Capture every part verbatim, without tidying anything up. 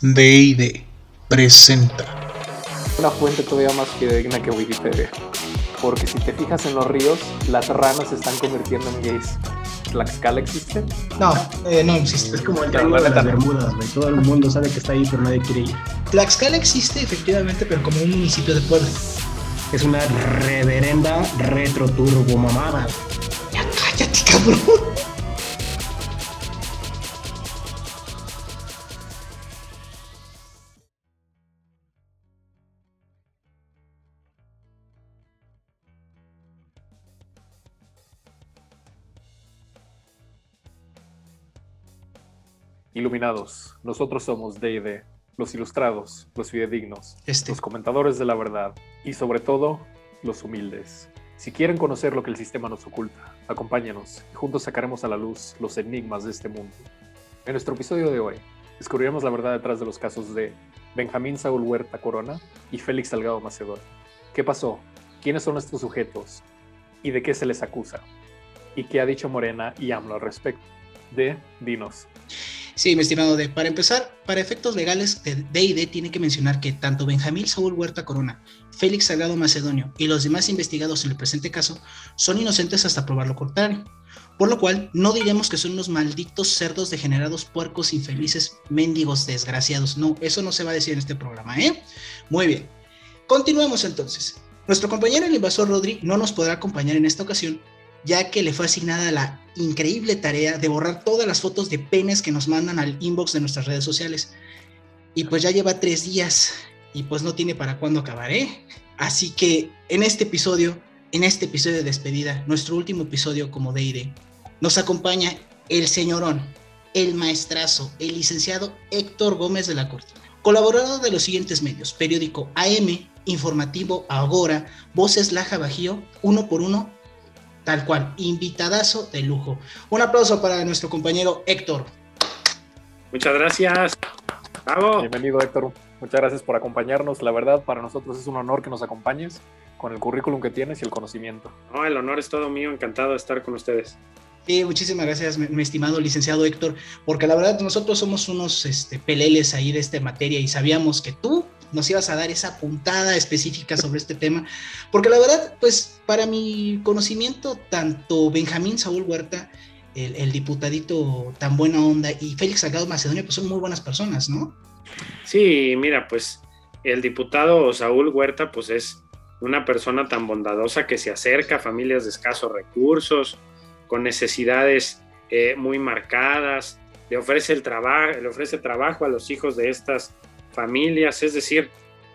D y D presenta una fuente todavía más fidedigna que Wikipedia, porque si te fijas en los ríos, las ranas se están convirtiendo en gays. ¿Tlaxcala existe? No, eh, no existe. Es como el Triángulo de las Bermudas, güey. Todo el mundo sabe que está ahí, pero nadie quiere ir. Tlaxcala existe efectivamente, pero como un municipio de Puebla. Es una reverenda retroturbo mamada. Ya cállate, cabrón. Iluminados, nosotros somos D y D, los ilustrados, los fidedignos, Este. los comentadores de la verdad y sobre todo, los humildes. Si quieren conocer lo que el sistema nos oculta, acompáñanos y juntos sacaremos a la luz los enigmas de este mundo. En nuestro episodio de hoy, descubriremos la verdad detrás de los casos de Benjamín Saúl Huerta Corona y Félix Salgado Macedonio. ¿Qué pasó? ¿Quiénes son estos sujetos? ¿Y de qué se les acusa? ¿Y qué ha dicho Morena y AMLO al respecto? D, dinos. Sí, mi estimado D. Para empezar, para efectos legales de D y D tiene que mencionar que tanto Benjamín Saúl Huerta Corona, Félix Salgado Macedonio y los demás investigados en el presente caso son inocentes hasta probar lo contrario. Por lo cual, no diremos que son unos malditos cerdos degenerados, puercos, infelices, mendigos, desgraciados. No, eso no se va a decir en este programa, ¿eh? Muy bien. Continuamos entonces. Nuestro compañero el invasor Rodri no nos podrá acompañar en esta ocasión, ya que le fue asignada la increíble tarea de borrar todas las fotos de penes que nos mandan al inbox de nuestras redes sociales. Y pues ya lleva tres días y pues no tiene para cuándo acabar, ¿eh? Así que en este episodio, en este episodio de despedida, nuestro último episodio como D y D, nos acompaña el señorón, el maestrazo, el licenciado Héctor Gómez de la Cortina, colaborador de los siguientes medios: periódico A M, informativo Agora, Voces Laja Bajío, Uno por Uno. Tal cual, invitadazo de lujo. Un aplauso para nuestro compañero Héctor. Muchas gracias. Bravo. Bienvenido, Héctor. Muchas gracias por acompañarnos. La verdad, para nosotros es un honor que nos acompañes con el currículum que tienes y el conocimiento. No, el honor es todo mío. Encantado de estar con ustedes. Sí, muchísimas gracias, mi, mi estimado licenciado Héctor, porque la verdad nosotros somos unos este, peleles ahí de esta materia y sabíamos que tú nos ibas a dar esa puntada específica sobre este tema, porque la verdad, pues para mi conocimiento, tanto Benjamín Saúl Huerta, el, el diputadito tan buena onda, y Félix Salgado Macedonio, pues son muy buenas personas, ¿no? Sí, mira, pues el diputado Saúl Huerta, pues es una persona tan bondadosa que se acerca a familias de escasos recursos, con necesidades eh, muy marcadas, le ofrece el trabajo, le ofrece trabajo a los hijos de estas familias, es decir,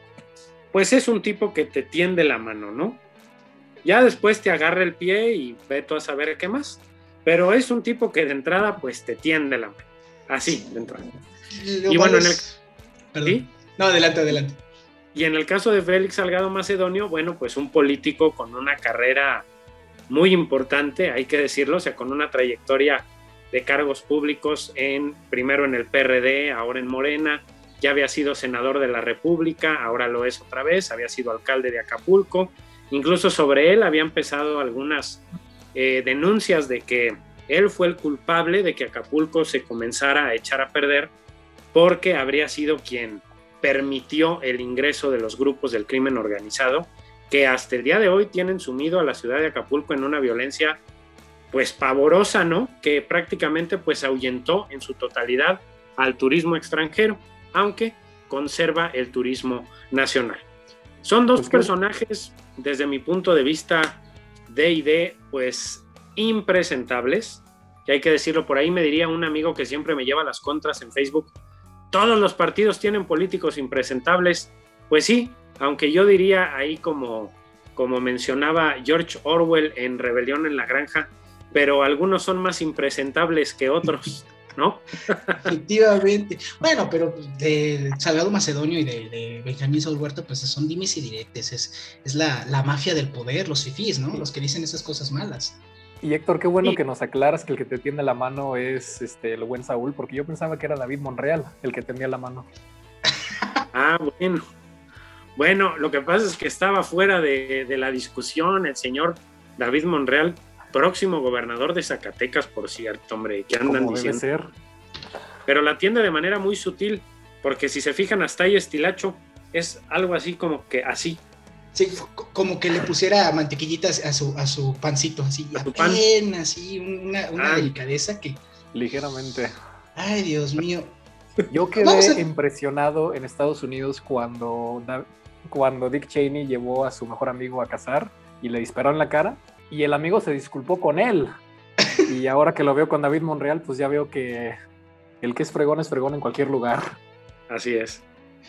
pues es un tipo que te tiende la mano, ¿no? Ya después te agarra el pie y ve tú a saber qué más, pero es un tipo que de entrada pues te tiende la mano, así de entrada. Lo y bueno, es... en el... Perdón. ¿Sí? No, adelante, adelante. Y en el caso de Félix Salgado Macedonio, bueno, pues un político con una carrera muy importante, hay que decirlo, o sea, con una trayectoria de cargos públicos, en primero en el P R D, ahora en Morena, ya había sido senador de la República, ahora lo es otra vez, había sido alcalde de Acapulco, incluso sobre él había empezado algunas eh, denuncias de que él fue el culpable de que Acapulco se comenzara a echar a perder, porque habría sido quien permitió el ingreso de los grupos del crimen organizado, que hasta el día de hoy tienen sumido a la ciudad de Acapulco en una violencia pues pavorosa, ¿no? Que prácticamente pues ahuyentó en su totalidad al turismo extranjero, aunque conserva el turismo nacional. Son dos pues personajes, desde mi punto de vista, D y D, pues impresentables, que hay que decirlo, por ahí me diría un amigo que siempre me lleva las contras en Facebook: todos los partidos tienen políticos impresentables. Pues sí, aunque yo diría ahí como, como mencionaba George Orwell en Rebelión en la Granja, pero algunos son más impresentables que otros, ¿no? Efectivamente. Bueno, pero de Salgado Macedonio y de, de Benjamín Saúl Huerta, pues son dimes y diretes, es, es la, la mafia del poder, los fifís, ¿no? Los que dicen esas cosas malas. Y Héctor, qué bueno sí. que nos aclaras que el que te tiende la mano es este, el buen Saúl, porque yo pensaba que era David Monreal el que tendía la mano. Ah, bueno. Bueno, lo que pasa es que estaba fuera de, de la discusión el señor David Monreal, próximo gobernador de Zacatecas, por cierto, hombre, que andan Como diciendo. debe ser. Pero la atiende de manera muy sutil. porque si se fijan hasta ahí estilacho es algo así como que así. Sí, como que le pusiera mantequillitas a su, a su pancito, así, a tu pan. apenas, así, una, una ah. delicadeza que... Ligeramente. Ay, Dios mío. Yo quedé a... impresionado en Estados Unidos cuando, cuando Dick Cheney llevó a su mejor amigo a cazar y le disparó en la cara y el amigo se disculpó con él. Y ahora que lo veo con David Monreal, pues ya veo que el que es fregón es fregón en cualquier lugar. Así es.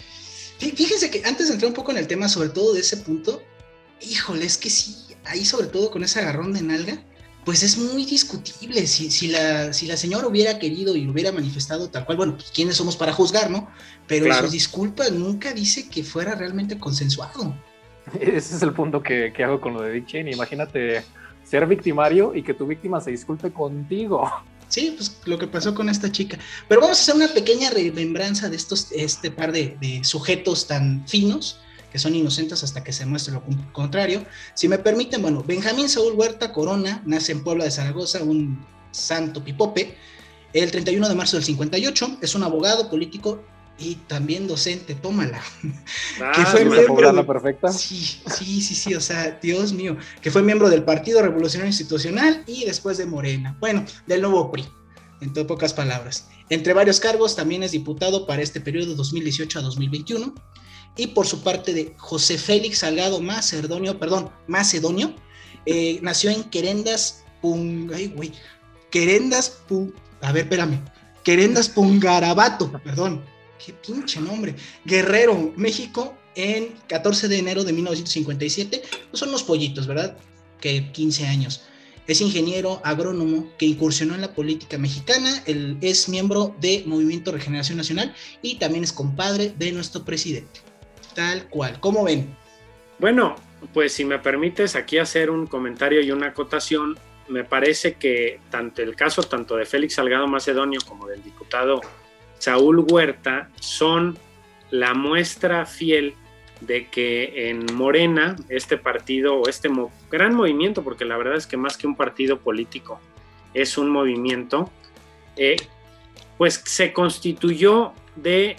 Fíjense que antes de entrar un poco en el tema, sobre todo de ese punto, híjole, es que sí, ahí sobre todo con ese agarrón de nalga, pues es muy discutible. Si, si, la, si la señora hubiera querido y lo hubiera manifestado tal cual, bueno, pues quiénes somos para juzgar, ¿no? Pero claro, en sus disculpas nunca dice que fuera realmente consensuado. Ese es el punto que, que hago con lo de Dick Cheney. Imagínate ser victimario y que tu víctima se disculpe contigo. Sí, pues lo que pasó con esta chica. Pero vamos a hacer una pequeña remembranza de estos, este par de, de sujetos tan finos, que son inocentes hasta que se muestre lo contrario. Si me permiten, bueno, Benjamín Saúl Huerta Corona nace en Puebla de Zaragoza, un santo pipope, el treinta y uno de marzo del cincuenta y ocho, es un abogado, político y también docente, tómala. Ah, que fue miembro de... perfecta. Sí, sí, sí, sí, o sea, Dios mío, que fue miembro del Partido Revolucionario Institucional y después de Morena, bueno, del nuevo P R I, en pocas palabras. Entre varios cargos, también es diputado para este periodo dos mil dieciocho a dos mil veintiuno. Y por su parte de José Félix Salgado Macedonio, perdón, Macedonio, eh, nació en Querendas, Pung, ay, güey, Querendas, Pung, a ver, espérame, Querendas Pungarabato, perdón, qué pinche nombre, Guerrero, México, en catorce de enero de mil novecientos cincuenta y siete, pues son unos pollitos, ¿verdad? Que quince años. Es ingeniero agrónomo que incursionó en la política mexicana, él es miembro de Movimiento Regeneración Nacional y también es compadre de nuestro presidente. Tal cual, ¿cómo ven? Bueno, pues si me permites aquí hacer un comentario y una acotación, me parece que tanto el caso tanto de Félix Salgado Macedonio como del diputado Saúl Huerta son la muestra fiel de que en Morena, este partido o este mo- gran movimiento, porque la verdad es que más que un partido político es un movimiento, eh, pues se constituyó de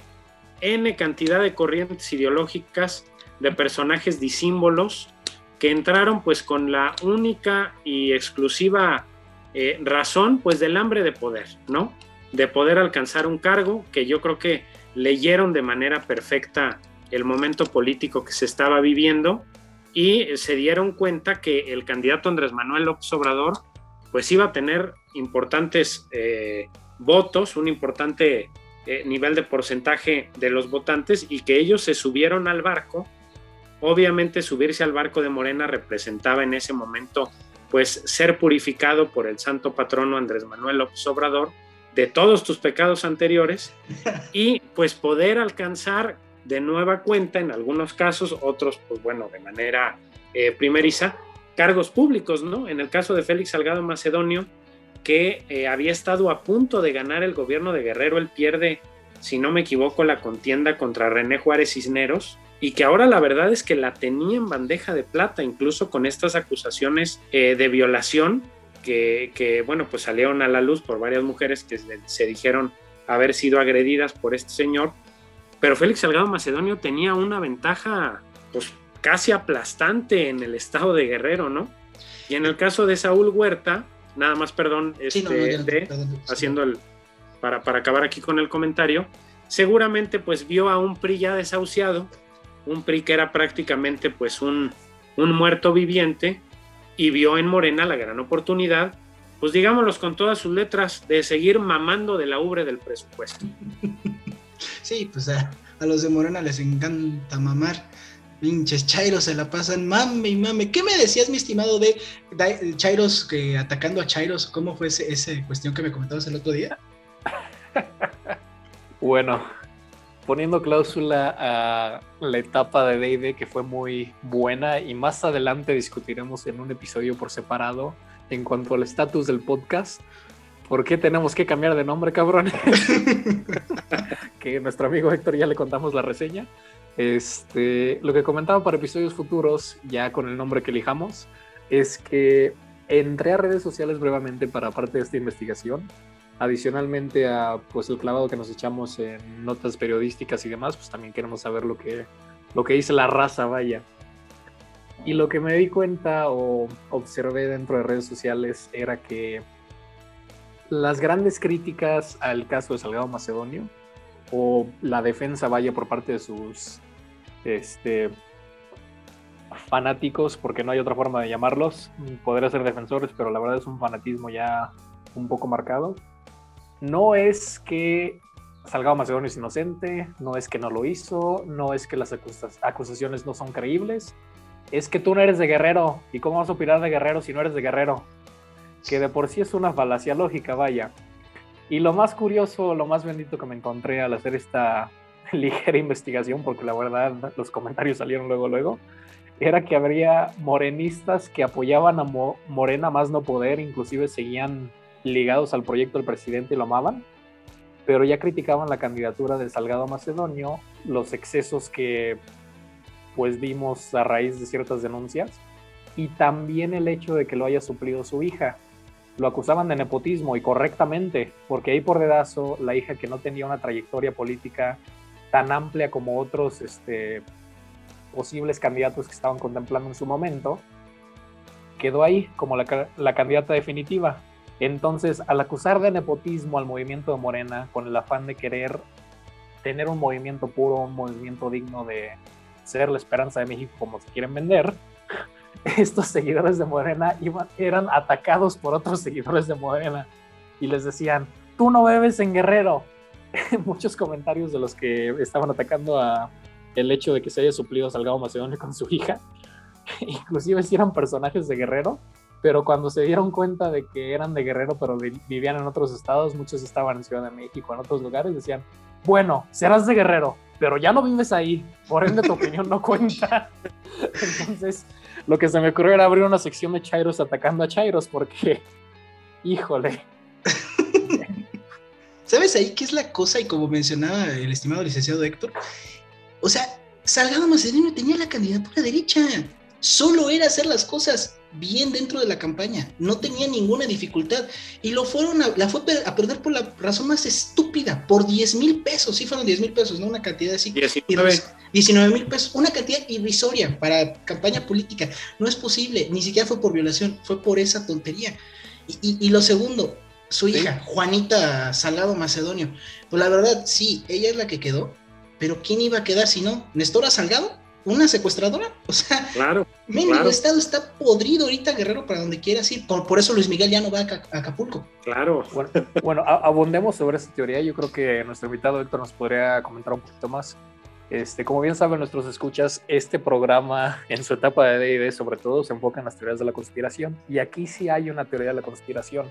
N cantidad de corrientes ideológicas, de personajes disímbolos que entraron pues con la única y exclusiva eh, razón pues del hambre de poder, ¿no? De poder alcanzar un cargo, que yo creo que leyeron de manera perfecta el momento político que se estaba viviendo y se dieron cuenta que el candidato Andrés Manuel López Obrador pues iba a tener importantes eh, votos, un importante eh, nivel de porcentaje de los votantes y que ellos se subieron al barco. Obviamente subirse al barco de Morena representaba en ese momento pues ser purificado por el santo patrono Andrés Manuel López Obrador de todos tus pecados anteriores y pues poder alcanzar de nueva cuenta en algunos casos, otros pues bueno de manera eh, primeriza, cargos públicos, ¿no? En el caso de Félix Salgado Macedonio, que eh, había estado a punto de ganar el gobierno de Guerrero, él pierde, si no me equivoco, la contienda contra René Juárez Cisneros, y que ahora la verdad es que la tenía en bandeja de plata, incluso con estas acusaciones eh, de violación, que, que bueno, pues salieron a la luz por varias mujeres que se, se dijeron haber sido agredidas por este señor, pero Félix Salgado Macedonio tenía una ventaja pues casi aplastante en el estado de Guerrero, ¿no? Y en el caso de Saúl Huerta, nada más, perdón, este, sí, no, no, ya, de, perdón, sí. haciendo el, para, para acabar aquí con el comentario, seguramente pues vio a un P R I ya desahuciado, un P R I que era prácticamente pues un, un muerto viviente, y vio en Morena la gran oportunidad, pues digámoslos con todas sus letras, de seguir mamando de la ubre del presupuesto. Sí, pues a, a los de Morena les encanta mamar. Pinches chairos se la pasan mame y mame. ¿Qué me decías, mi estimado, de, de chairos que atacando a chairos? ¿Cómo fue esa ese cuestión que me comentabas el otro día? Bueno, poniendo cláusula a la etapa de D and D que fue muy buena y más adelante discutiremos en un episodio por separado en cuanto al estatus del podcast. ¿Por qué tenemos que cambiar de nombre, cabrones? Que nuestro amigo Héctor ya le contamos la reseña. Este, lo que comentaba para episodios futuros, ya con el nombre que elijamos, es que entré a redes sociales brevemente para parte de esta investigación adicionalmente a pues el clavado que nos echamos en notas periodísticas y demás, pues también queremos saber lo que, lo que dice la raza, vaya. Y lo que me di cuenta o observé dentro de redes sociales era que las grandes críticas al caso de Salgado Macedonio, o la defensa, vaya, por parte de sus este, fanáticos, porque no hay otra forma de llamarlos, podría ser defensores, pero la verdad es un fanatismo ya un poco marcado, no es que Salgado Macedonio es inocente, no es que no lo hizo, no es que las acusas- acusaciones no son creíbles, es que tú no eres de Guerrero, ¿y cómo vas a opinar de Guerrero si no eres de Guerrero? Que de por sí es una falacia lógica, vaya. Y lo más curioso, lo más bendito que me encontré al hacer esta ligera investigación, porque la verdad los comentarios salieron luego, luego, era que habría morenistas que apoyaban a Mo- Morena más no poder, inclusive seguían ligados al proyecto del presidente y lo amaban, pero ya criticaban la candidatura de Salgado Macedonio, los excesos que pues vimos a raíz de ciertas denuncias, y también el hecho de que lo haya suplido su hija. Lo acusaban de nepotismo, y correctamente, porque ahí por dedazo la hija, que no tenía una trayectoria política tan amplia como otros este, posibles candidatos que estaban contemplando en su momento, quedó ahí como la, la candidata definitiva. Entonces, al acusar de nepotismo al movimiento de Morena, con el afán de querer tener un movimiento puro, un movimiento digno de ser la esperanza de México como se quieren vender, estos seguidores de Morena iban, eran atacados por otros seguidores de Morena y les decían, tú no bebes en Guerrero. Muchos comentarios de los que estaban atacando a el hecho de que se haya suplido Salgado Macedonio con su hija, inclusive si eran personajes de Guerrero, pero cuando se dieron cuenta de que eran de Guerrero pero vivían en otros estados, muchos estaban en Ciudad de México, en otros lugares, decían, bueno, serás de Guerrero, pero ya no vives ahí, por ende tu opinión no cuenta. Entonces, lo que se me ocurrió era abrir una sección de chairos atacando a chairos, porque, híjole. ¿Sabes ahí qué es la cosa? Y como mencionaba el estimado licenciado Héctor, o sea, Salgado Macedonio tenía la candidatura derecha, solo era hacer las cosas bien dentro de la campaña, no tenía ninguna dificultad, y lo fueron a, la fue a perder por la razón más estúpida, por diez mil pesos, sí fueron diez mil pesos, ¿no? Una cantidad así, diecinueve mil pesos, una cantidad irrisoria para campaña política, no es posible, ni siquiera fue por violación, fue por esa tontería. Y, y, y lo segundo, su hija, ¿sí? Juanita Salgado Macedonio, pues la verdad, sí, ella es la que quedó, pero ¿quién iba a quedar si no? ¿Nestora Salgado? ¿Una secuestradora? O sea, claro, mendigo claro. Estado está podrido ahorita, Guerrero, para donde quieras ir. Por, por eso Luis Miguel ya no va a, a Acapulco. Claro. Bueno, bueno, abundemos sobre esta teoría. Yo creo que nuestro invitado Héctor nos podría comentar un poquito más. Este, como bien saben nuestros escuchas, este programa en su etapa de D y D sobre todo se enfoca en las teorías de la conspiración. Y aquí sí hay una teoría de la conspiración.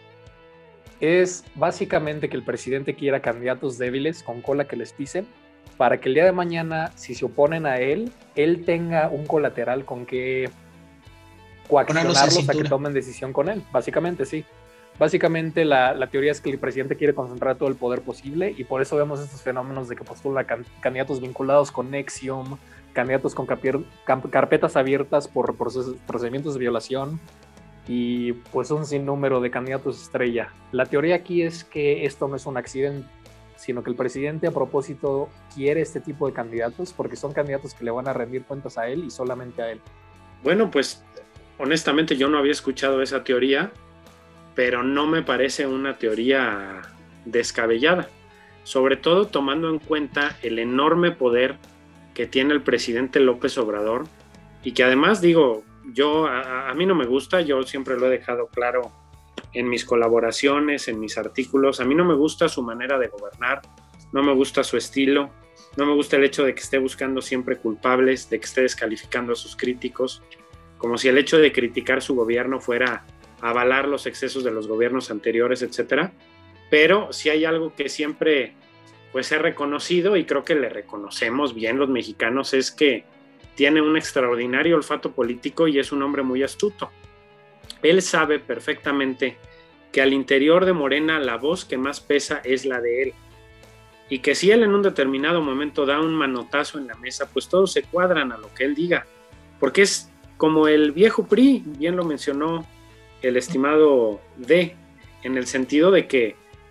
Es básicamente que el presidente quiera candidatos débiles con cola que les pisen, para que el día de mañana, si se oponen a él, él tenga un colateral con que coaccionarlos a que tomen decisión con él. Básicamente, sí. Básicamente, la, la teoría es que el presidente quiere concentrar todo el poder posible, y por eso vemos estos fenómenos de que postula can, candidatos vinculados con Nexium, candidatos con capier, carpetas abiertas por, por procedimientos de violación, y pues un sinnúmero de candidatos estrella. La teoría aquí es que esto no es un accidente, sino que el presidente a propósito quiere este tipo de candidatos porque son candidatos que le van a rendir cuentas a él y solamente a él. Bueno, pues honestamente yo no había escuchado esa teoría, pero no me parece una teoría descabellada, sobre todo tomando en cuenta el enorme poder que tiene el presidente López Obrador, y que además, digo, yo a, a mí no me gusta, yo siempre lo he dejado claro en mis colaboraciones, en mis artículos, a mí no me gusta su manera de gobernar, no me gusta su estilo, no me gusta el hecho de que esté buscando siempre culpables, de que esté descalificando a sus críticos, como si el hecho de criticar su gobierno fuera avalar los excesos de los gobiernos anteriores, etcétera. Pero si hay algo que siempre pues he reconocido, y creo que le reconocemos bien los mexicanos, es que tiene un extraordinario olfato político y es un hombre muy astuto. Él sabe perfectamente que al interior de Morena la voz que más pesa es la de él, y que si él en un determinado momento da un manotazo en la mesa, pues todos se cuadran a lo que él diga, porque es como el viejo P R I, bien lo mencionó el estimado D, en el sentido de que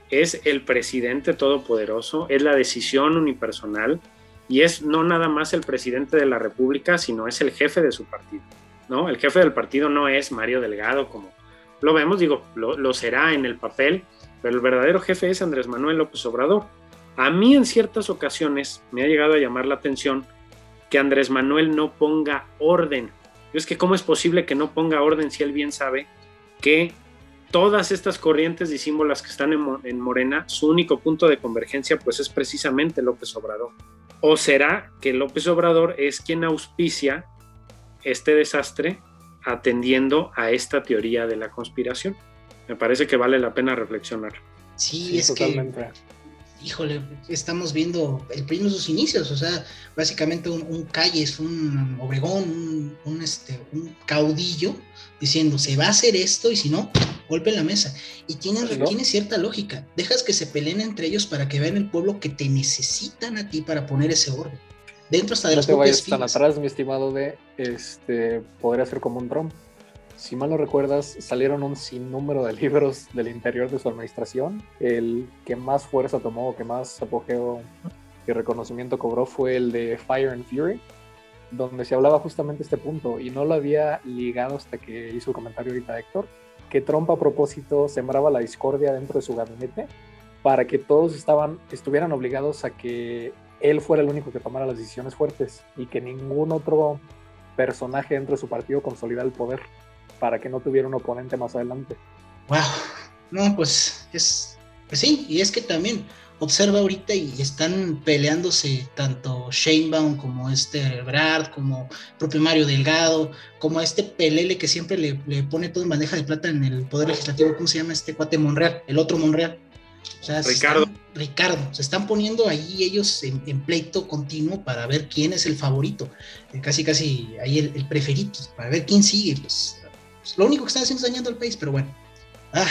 es el presidente todopoderoso, es la decisión unipersonal y es no nada más el presidente de la República, sino es el jefe de su partido, ¿no? El jefe del partido no es Mario Delgado, como lo vemos, digo, lo, lo será en el papel, pero el verdadero jefe es Andrés Manuel López Obrador. A mí en ciertas ocasiones me ha llegado a llamar la atención que Andrés Manuel no ponga orden. Es que ¿cómo es posible que no ponga orden si él bien sabe que todas estas corrientes disímbolas que están en, en Morena, su único punto de convergencia pues es precisamente López Obrador? ¿O será que López Obrador es quien auspicia este desastre atendiendo a esta teoría de la conspiración? Me parece que vale la pena reflexionar. Sí, Sí, es totalmente. que, híjole, estamos viendo el P R I en sus inicios, o sea, básicamente un, un Calles, un Obregón, un, un, este, un caudillo diciendo, se va a hacer esto y si no, golpe en la mesa. Y tiene, ¿No? tiene cierta lógica. Dejas que se peleen entre ellos para que vean el pueblo que te necesitan a ti para poner ese orden. Dentro hasta de No las te propias vayas tan filas. atrás, mi estimado, de este, podría ser como un Trump. Si mal no recuerdas, salieron un sinnúmero de libros del interior de su administración. El que más fuerza tomó, que más apogeo y reconocimiento cobró fue el de Fire and Fury, donde se hablaba justamente este punto, y no lo había ligado hasta que hizo el comentario ahorita Héctor, que Trump a propósito sembraba la discordia dentro de su gabinete para que todos estaban, estuvieran obligados a que él fuera el único que tomara las decisiones fuertes y que ningún otro personaje dentro de su partido consolidara el poder para que no tuviera un oponente más adelante. Wow, no, pues es, pues sí, y es que también observa ahorita y están peleándose tanto Sheinbaum como este Ebrard, como propio Mario Delgado, como este Pelele que siempre le, le pone todo en bandeja de plata en el Poder Legislativo. ¿Cómo se llama este cuate? Monreal, el otro Monreal. O sea, Ricardo. Se están, Ricardo, se están poniendo ahí ellos en, en pleito continuo para ver quién es el favorito, eh, casi casi ahí el, el preferido, para ver quién sigue. Pues, pues lo único que están haciendo es dañando al país, pero bueno. Ay,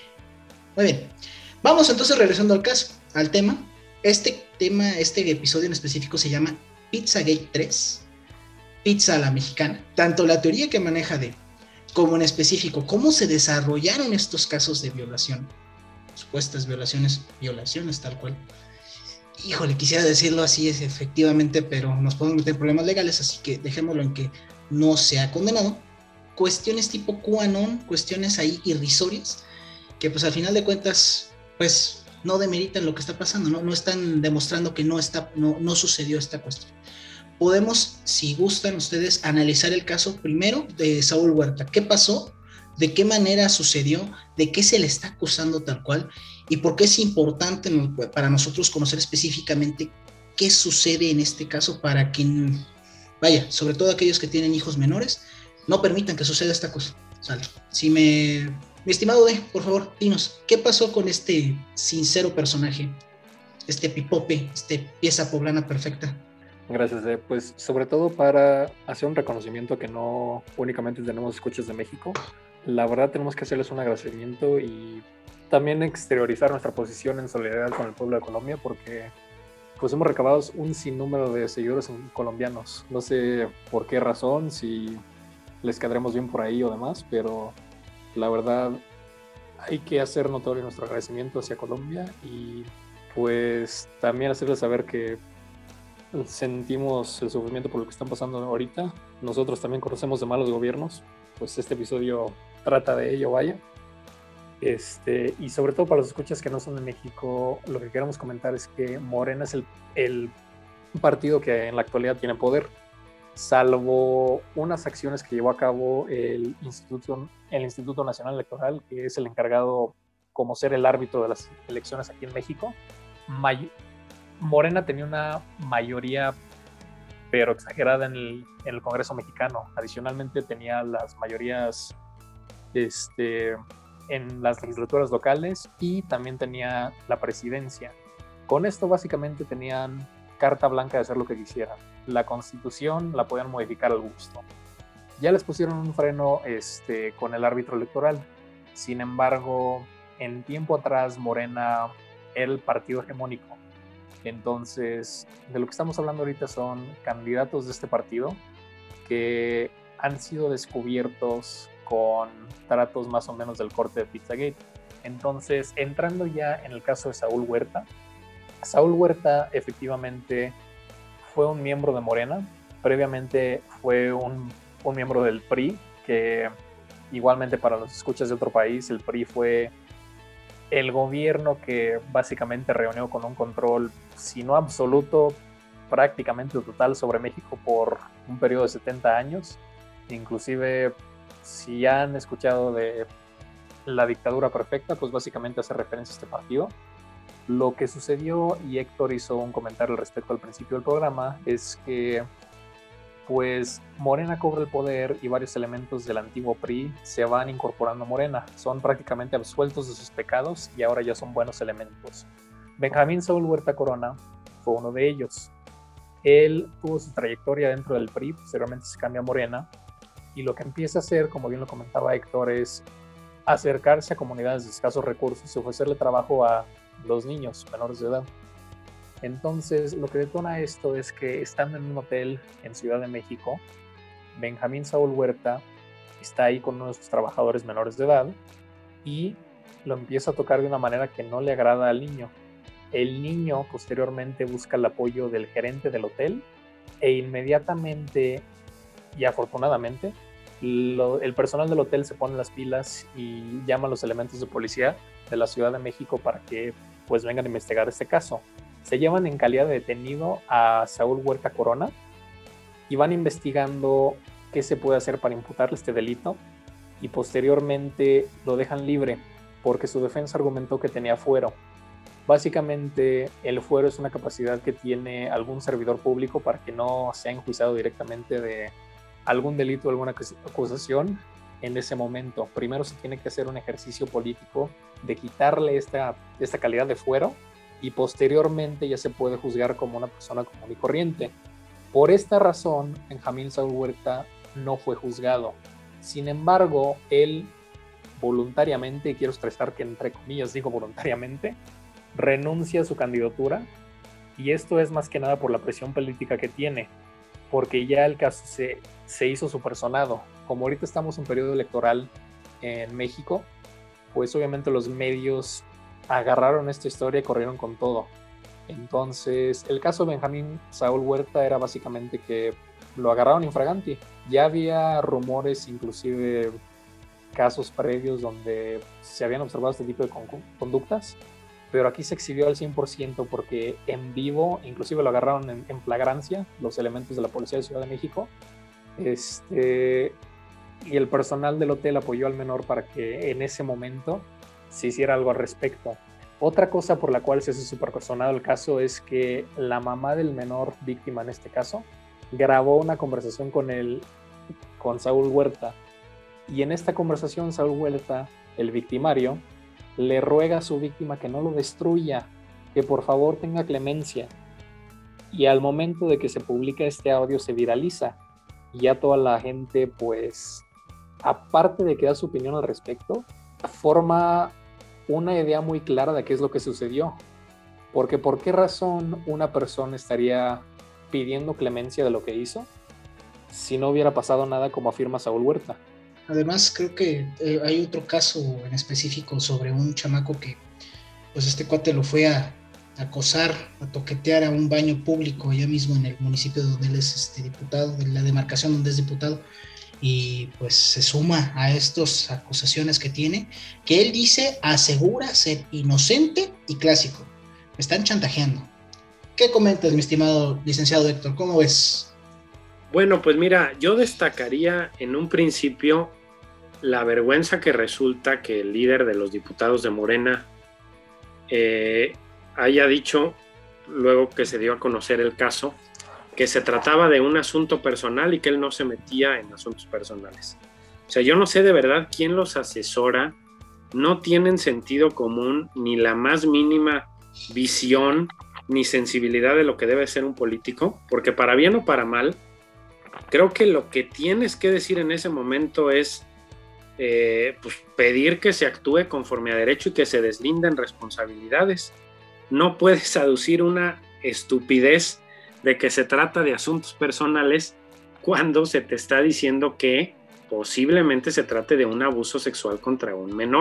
muy bien. Vamos entonces regresando al caso, al tema. Este tema, este episodio en específico se llama Pizzagate tres, pizza a la mexicana. Tanto la teoría que maneja de, como en específico, cómo se desarrollaron estos casos de violación, supuestas violaciones, violaciones tal cual. Híjole, quisiera decirlo así, es efectivamente, pero nos podemos meter en problemas legales, así que dejémoslo en que no se ha condenado. Cuestiones tipo QAnon, cuestiones ahí irrisorias, que pues al final de cuentas, pues no demeritan lo que está pasando, no, no están demostrando que no, está, no, no sucedió esta cuestión. Podemos, si gustan ustedes, analizar el caso primero de Saúl Huerta. ¿Qué pasó? ¿De qué manera sucedió? ¿De qué se le está acusando tal cual? ¿Y por qué es importante para nosotros conocer específicamente qué sucede en este caso para que, vaya, sobre todo aquellos que tienen hijos menores, no permitan que suceda esta cosa? Sale. Si me... Mi estimado D, por favor, dinos, ¿qué pasó con este sincero personaje? Este pipope, este pieza poblana perfecta. Gracias, D. Pues sobre todo para hacer un reconocimiento que no únicamente tenemos escuchas de México. La verdad tenemos que hacerles un agradecimiento y también exteriorizar nuestra posición en solidaridad con el pueblo de Colombia, porque pues hemos recabado un sinnúmero de seguidores colombianos. No sé por qué razón, si les quedaremos bien por ahí o demás, pero la verdad hay que hacer notorio nuestro agradecimiento hacia Colombia y pues también hacerles saber que sentimos el sufrimiento por lo que están pasando ahorita. Nosotros también conocemos de malos gobiernos, pues este episodio trata de ello, vaya. Este, y sobre todo para los escuchas que no son de México, lo que queremos comentar es que Morena es el, el partido que en la actualidad tiene poder, salvo unas acciones que llevó a cabo el Instituto, el Instituto Nacional Electoral, que es el encargado como ser el árbitro de las elecciones aquí en México. May- Morena tenía una mayoría, pero exagerada en el, en el Congreso mexicano. Adicionalmente tenía las mayorías este, en las legislaturas locales y también tenía la presidencia. Con esto básicamente tenían carta blanca de hacer lo que quisieran. La Constitución la podían modificar al gusto. Ya les pusieron un freno este, con el árbitro electoral. Sin embargo, en tiempo atrás Morena era el partido hegemónico. Entonces, de lo que estamos hablando ahorita son candidatos de este partido que han sido descubiertos con tratos más o menos del corte de Pizzagate. Entonces, entrando ya en el caso de Saúl Huerta, Saúl Huerta efectivamente fue un miembro de Morena, previamente fue un, un miembro del P R I, que igualmente para los escuchas de otro país, el P R I fue el gobierno que básicamente reunió con un control, si no absoluto, prácticamente total sobre México por un periodo de setenta años. Inclusive, si ya han escuchado de la dictadura perfecta, pues básicamente hace referencia a este partido. Lo que sucedió, y Héctor hizo un comentario al respecto al principio del programa, es que pues Morena cobra el poder y varios elementos del antiguo P R I se van incorporando a Morena. Son prácticamente absueltos de sus pecados y ahora ya son buenos elementos. Benjamín Saúl Huerta Corona fue uno de ellos. Él tuvo su trayectoria dentro del P R I, posteriormente se cambia a Morena, y lo que empieza a hacer, como bien lo comentaba Héctor, es acercarse a comunidades de escasos recursos y ofrecerle trabajo a los niños menores de edad. Entonces, lo que detona esto es que estando en un hotel en Ciudad de México, Benjamín Saúl Huerta está ahí con uno de sus trabajadores menores de edad y lo empieza a tocar de una manera que no le agrada al niño. El niño posteriormente busca el apoyo del gerente del hotel e inmediatamente y afortunadamente lo, el personal del hotel se pone las pilas y llama a los elementos de policía de la Ciudad de México para que pues vengan a investigar este caso. Se llevan en calidad de detenido a Saúl Huerta Corona y van investigando qué se puede hacer para imputarle este delito y posteriormente lo dejan libre porque su defensa argumentó que tenía fuero. Básicamente el fuero es una capacidad que tiene algún servidor público para que no sea enjuiciado directamente de algún delito o alguna acusación en ese momento. Primero se tiene que hacer un ejercicio político de quitarle esta, esta calidad de fuero y posteriormente ya se puede juzgar como una persona común y corriente. Por esta razón, Benjamín Saúl Huerta no fue juzgado. Sin embargo, él voluntariamente, y quiero estresar que entre comillas digo voluntariamente, renuncia a su candidatura, y esto es más que nada por la presión política que tiene, porque ya el caso se, se hizo supersonado. Como ahorita estamos en periodo electoral en México, pues obviamente los medios agarraron esta historia y corrieron con todo. Entonces, el caso de Benjamín Saúl Huerta era básicamente que lo agarraron infraganti. Ya había rumores, inclusive casos previos donde se habían observado este tipo de conductas, pero aquí se exhibió al cien por ciento porque en vivo, inclusive lo agarraron en, en flagrancia los elementos de la Policía de Ciudad de México, este, y el personal del hotel apoyó al menor para que en ese momento se hiciera algo al respecto. Otra cosa por la cual se hace supersonado el caso es que la mamá del menor víctima en este caso grabó una conversación con, el, con Saúl Huerta, y en esta conversación Saúl Huerta, el victimario, le ruega a su víctima que no lo destruya, que por favor tenga clemencia. Y al momento de que se publica este audio se viraliza y ya toda la gente, pues, aparte de que da su opinión al respecto, forma una idea muy clara de qué es lo que sucedió. Porque ¿por qué razón una persona estaría pidiendo clemencia de lo que hizo si no hubiera pasado nada, como afirma Saúl Huerta? Además, creo que eh, hay otro caso en específico sobre un chamaco que, pues este cuate lo fue a, a acosar, a toquetear a un baño público allá mismo en el municipio donde él es este, diputado, de la demarcación donde es diputado, y pues se suma a estas acusaciones que tiene, que él dice, asegura ser inocente y clásico. Me están chantajeando. ¿Qué comentas, mi estimado licenciado Héctor? ¿Cómo ves? Bueno, pues mira, yo destacaría en un principio la vergüenza que resulta que el líder de los diputados de Morena eh, haya dicho, luego que se dio a conocer el caso, que se trataba de un asunto personal y que él no se metía en asuntos personales. O sea, yo no sé de verdad quién los asesora, no tienen sentido común ni la más mínima visión ni sensibilidad de lo que debe ser un político, porque para bien o para mal, creo que lo que tienes que decir en ese momento es eh, pues pedir que se actúe conforme a derecho y que se deslinden responsabilidades. No puedes aducir una estupidez de que se trata de asuntos personales cuando se te está diciendo que posiblemente se trate de un abuso sexual contra un menor.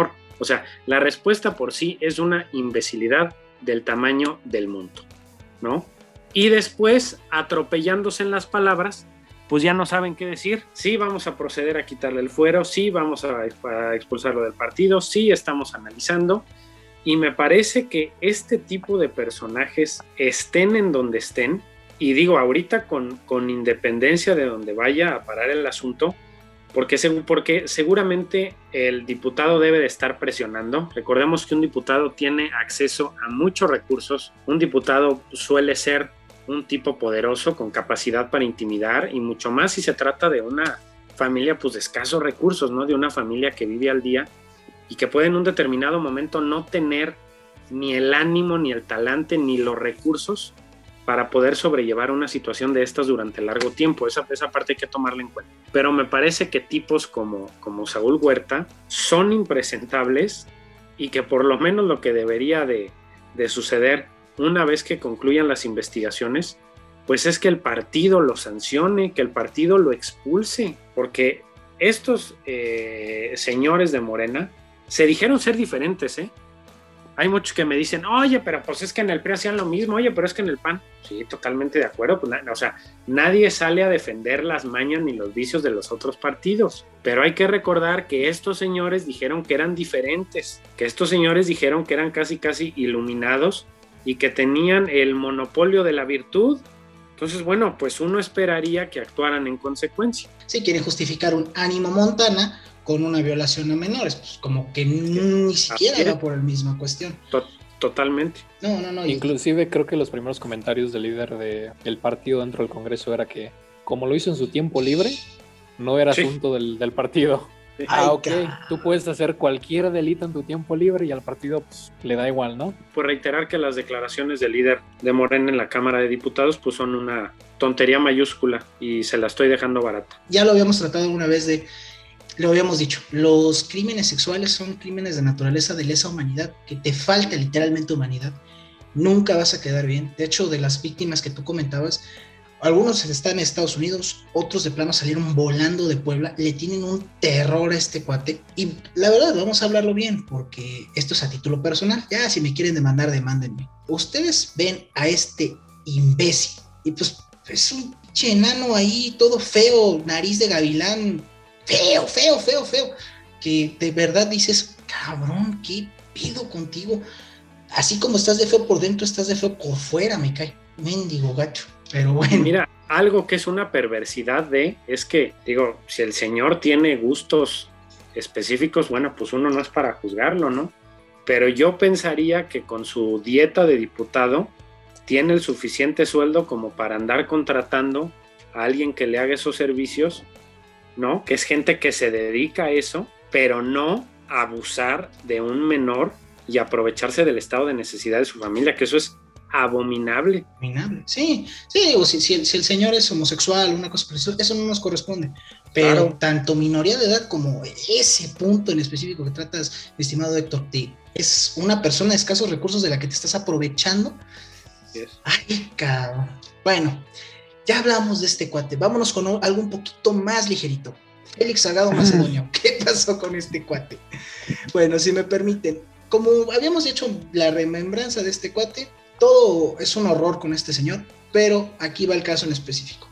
O sea, la respuesta por sí es una imbecilidad del tamaño del mundo, ¿no? Y después, atropellándose en las palabras, pues ya no saben qué decir. Sí, vamos a proceder a quitarle el fuero, sí, vamos a, a expulsarlo del partido, sí, estamos analizando. Y me parece que este tipo de personajes, estén en donde estén, y digo ahorita con, con independencia de donde vaya a parar el asunto, porque, porque seguramente el diputado debe de estar presionando. Recordemos que un diputado tiene acceso a muchos recursos, un diputado suele ser un tipo poderoso con capacidad para intimidar, y mucho más si se trata de una familia pues de escasos recursos, ¿no? De una familia que vive al día y que puede en un determinado momento no tener ni el ánimo, ni el talante, ni los recursos para poder sobrellevar una situación de estas durante largo tiempo. Esa, esa parte hay que tomarla en cuenta. Pero me parece que tipos como, como Saúl Huerta son impresentables, y que por lo menos lo que debería de, de suceder una vez que concluyan las investigaciones, pues es que el partido lo sancione, que el partido lo expulse, porque estos eh, señores de Morena se dijeron ser diferentes, ¿eh? Hay muchos que me dicen, oye, pero pues es que en el P R I hacían lo mismo, oye, pero es que en el P A N, sí, totalmente de acuerdo, pues, o sea, nadie sale a defender las mañas ni los vicios de los otros partidos, pero hay que recordar que estos señores dijeron que eran diferentes, que estos señores dijeron que eran casi casi iluminados y que tenían el monopolio de la virtud. Entonces, bueno, pues uno esperaría que actuaran en consecuencia. Sí, quieren justificar un ánimo Montana con una violación a menores, pues como que ni siquiera va por la misma cuestión. To- totalmente. No, no, no. Inclusive creo que los primeros comentarios del líder de, del partido dentro del Congreso era que, como lo hizo en su tiempo libre, no era sí. asunto del, del partido. Ay, ah, ok, ca... tú puedes hacer cualquier delito en tu tiempo libre y al partido pues, le da igual, ¿no? Por reiterar que las declaraciones del líder de Morena en la Cámara de Diputados pues son una tontería mayúscula, y se la estoy dejando barata. Ya lo habíamos tratado una vez de... Lo habíamos dicho, los crímenes sexuales son crímenes de naturaleza de lesa humanidad, que te falta literalmente humanidad, nunca vas a quedar bien. De hecho, de las víctimas que tú comentabas, algunos están en Estados Unidos, otros de plano salieron volando de Puebla, le tienen un terror a este cuate, y la verdad, vamos a hablarlo bien, porque esto es a título personal, ya si me quieren demandar, demándenme. Ustedes ven a este imbécil, y pues es un pinche enano ahí, todo feo, nariz de gavilán, feo, feo, feo, feo, que de verdad dices, cabrón, ¿qué pido contigo? Así como estás de feo por dentro, estás de feo por fuera, me cae, mendigo gacho, pero bueno. Mira, algo que es una perversidad de, es que, digo, si el señor tiene gustos específicos, bueno, pues uno no es para juzgarlo, ¿no? Pero yo pensaría que con su dieta de diputado, tiene el suficiente sueldo como para andar contratando a alguien que le haga esos servicios, ¿no? Que es gente que se dedica a eso, pero no a abusar de un menor y aprovecharse del estado de necesidad de su familia, que eso es abominable. Abominable, sí, sí, digo, si, si, el, si el señor es homosexual, una cosa por eso, eso no nos corresponde, pero claro, tanto minoría de edad como ese punto en específico que tratas, estimado Héctor, te, es una persona de escasos recursos de la que te estás aprovechando. Yes. Ay, cabrón. Bueno, ya hablamos de este cuate, vámonos con algo un poquito más ligerito. Félix Salgado Macedonio, ¿qué pasó con este cuate? Bueno, si me permiten, como habíamos hecho la remembranza de este cuate, todo es un horror con este señor, pero aquí va el caso en específico.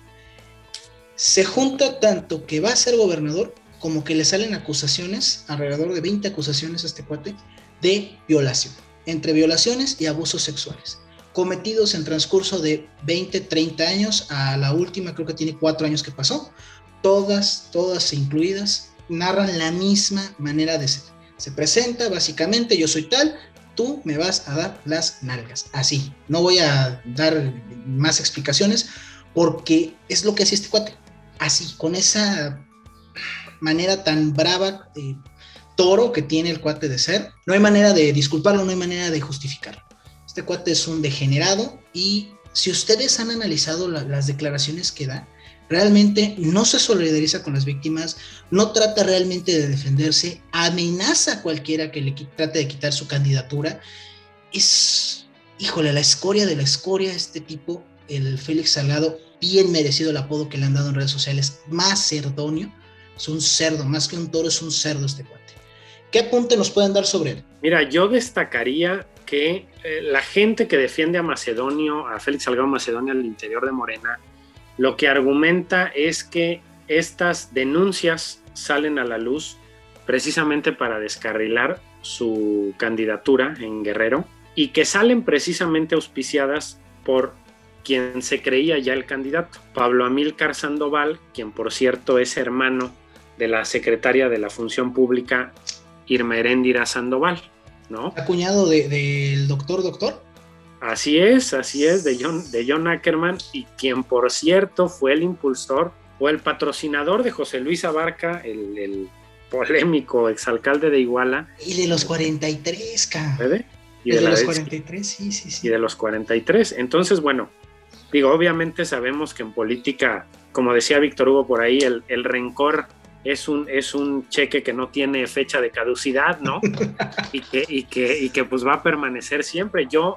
Se junta tanto que va a ser gobernador, como que le salen acusaciones, alrededor de veinte acusaciones a este cuate, de violación, entre violaciones y abusos sexuales, cometidos en transcurso de veinte, treinta años, a la última creo que tiene cuatro años que pasó, todas, todas incluidas, narran la misma manera de ser. Se presenta básicamente, yo soy tal, tú me vas a dar las nalgas, así, no voy a dar más explicaciones, porque es lo que hacía este cuate, así, con esa manera tan brava, eh, toro que tiene el cuate de ser, no hay manera de disculparlo, no hay manera de justificarlo. Este cuate es un degenerado, y si ustedes han analizado la, las declaraciones que da, realmente no se solidariza con las víctimas, no trata realmente de defenderse, amenaza a cualquiera que le trate de quitar su candidatura. Es, híjole, la escoria de la escoria este tipo, el Félix Salgado, bien merecido el apodo que le han dado en redes sociales, Macedonio, es un cerdo, más que un toro, es un cerdo este cuate. ¿Qué apunte nos pueden dar sobre él? Mira, yo destacaría que eh, la gente que defiende a Macedonio, a Félix Salgado Macedonio al interior de Morena, lo que argumenta es que estas denuncias salen a la luz precisamente para descarrilar su candidatura en Guerrero y que salen precisamente auspiciadas por quien se creía ya el candidato, Pablo Amílcar Sandoval, quien por cierto es hermano de la secretaria de la Función Pública, Irma Heréndira Sandoval, ¿no? ¿Acuñado del de, doctor doctor? Así es, así es, de John, de John Ackerman, y quien por cierto fue el impulsor o el patrocinador de José Luis Abarca, el, el polémico exalcalde de Iguala. Y de los cuarenta y tres, cabrón. Y de, de, de la, los cuarenta y tres, sí, sí, sí. Y de los cuarenta y tres. Entonces, bueno, digo, obviamente sabemos que en política, como decía Víctor Hugo por ahí, el, el rencor es un, es un cheque que no tiene fecha de caducidad, ¿no? y, que, y, que, y que pues va a permanecer siempre. Yo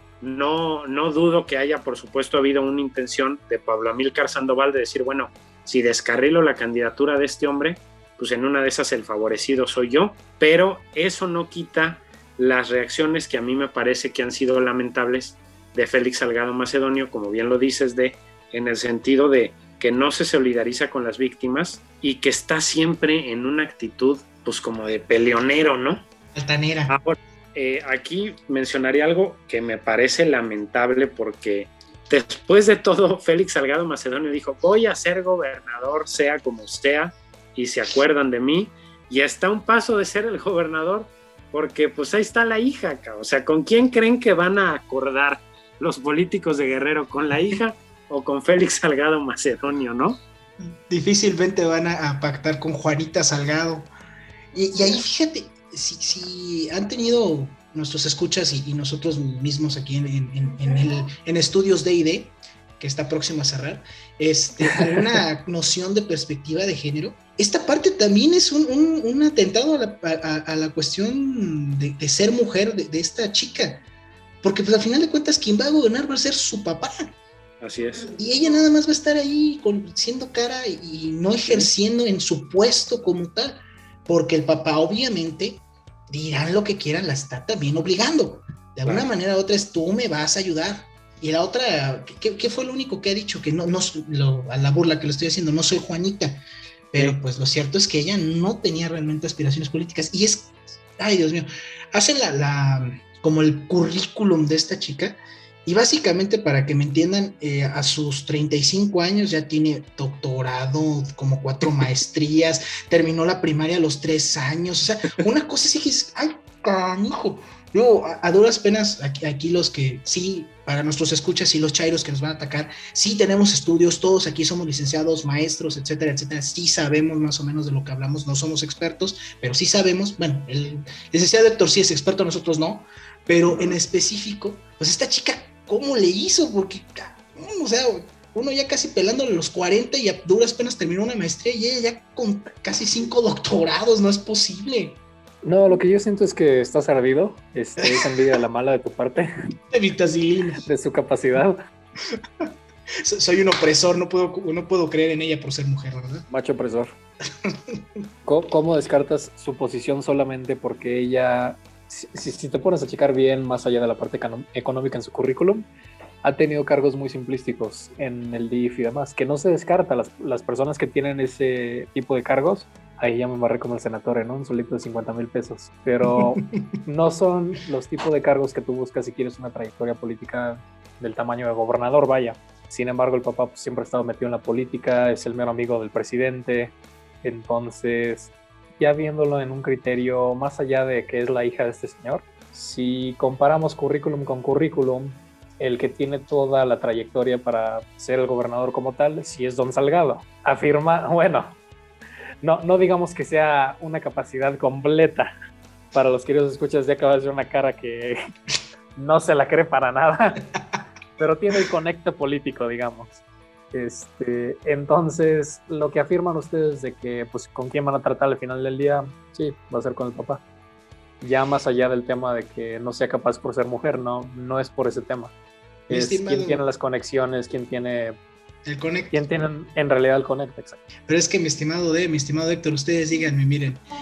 no, no dudo que haya, por supuesto, habido una intención de Pablo Amílcar Sandoval de decir, bueno, si descarrilo la candidatura de este hombre, pues en una de esas el favorecido soy yo, pero eso no quita las reacciones que a mí me parece que han sido lamentables de Félix Salgado Macedonio, como bien lo dices, de, en el sentido de que no se solidariza con las víctimas y que está siempre en una actitud pues como de peleonero, ¿no? Altanera. Ahora, eh, aquí mencionaría algo que me parece lamentable porque después de todo Félix Salgado Macedonio dijo, voy a ser gobernador sea como sea y se acuerdan de mí, y está a un paso de ser el gobernador porque pues ahí está la hija, o sea, ¿con quién creen que van a acordar los políticos de Guerrero? ¿Con la hija o con Félix Salgado Macedonio, no? Difícilmente van a, a pactar con Juanita Salgado. Y, y ahí fíjate, si, si han tenido nuestros escuchas y, y nosotros mismos aquí en, en, en, el, en Estudios D y D, que está próximo a cerrar, este, una noción de perspectiva de género, esta parte también es un, un, un atentado a la, a, a la cuestión de, de ser mujer de, de esta chica, porque pues al final de cuentas quien va a gobernar va a ser su papá. Así es. Y ella nada más va a estar ahí con, siendo cara y, y no ejerciendo en su puesto como tal, porque el papá obviamente dirán lo que quieran, la está también obligando. De alguna claro. manera u otra es tú me vas a ayudar. Y la otra, ¿qué, qué fue lo único que ha dicho? Que no, no lo, a la burla que lo estoy haciendo, no soy Juanita. Pero sí. Pues lo cierto es que ella no tenía realmente aspiraciones políticas. Y es, ay Dios mío, hacen la, la como el currículum de esta chica. Y básicamente, para que me entiendan, eh, a sus treinta y cinco años ya tiene doctorado, como cuatro maestrías, terminó la primaria a los tres años, o sea, una cosa así que es, ay, canijo. Yo, a, a duras penas, aquí, aquí los que sí, para nuestros escuchas y los chairos que nos van a atacar, sí tenemos estudios, todos aquí somos licenciados, maestros, etcétera, etcétera, sí sabemos más o menos de lo que hablamos, no somos expertos, pero sí sabemos, bueno, el licenciado Héctor sí es experto, nosotros no, pero en específico, pues esta chica, ¿cómo le hizo? Porque, o sea, uno ya casi pelándole los cuarenta y a duras penas terminó una maestría y ella ya con casi cinco doctorados, no es posible. No, lo que yo siento es que estás ardido, es, es envidia la mala de tu parte. De vitacilina. De su capacidad. Soy un opresor, no puedo, no puedo creer en ella por ser mujer, ¿verdad? Macho opresor. ¿Cómo, ¿Cómo descartas su posición solamente porque ella... Si, si te pones a checar bien, más allá de la parte económica en su currículum, ha tenido cargos muy simplísticos en el D I F y demás, que no se descarta. Las, las personas que tienen ese tipo de cargos, ahí ya me embarré como el senatore, ¿no? Un solito de cincuenta mil pesos. Pero no son los tipos de cargos que tú buscas si quieres una trayectoria política del tamaño de gobernador, vaya. Sin embargo, el papá pues, siempre ha estado metido en la política, es el mero amigo del presidente, entonces... Ya viéndolo en un criterio más allá de que es la hija de este señor, si comparamos currículum con currículum, el que tiene toda la trayectoria para ser el gobernador como tal, sí es don Salgado. Afirma, bueno, no, no digamos que sea una capacidad completa. Para los queridos escuchas, ya acaba de ser una cara que no se la cree para nada, pero tiene el conecte político, digamos. Este, entonces, lo que afirman ustedes de que pues con quién van a tratar al final del día, sí, va a ser con el papá. Ya más allá del tema de que no sea capaz por ser mujer, no, no es por ese tema. Es estimado, quién tiene las conexiones, quién tiene el conecte. Quién tiene en realidad el conecte, exacto. Pero es que mi estimado D, mi estimado Héctor, ustedes díganme, miren,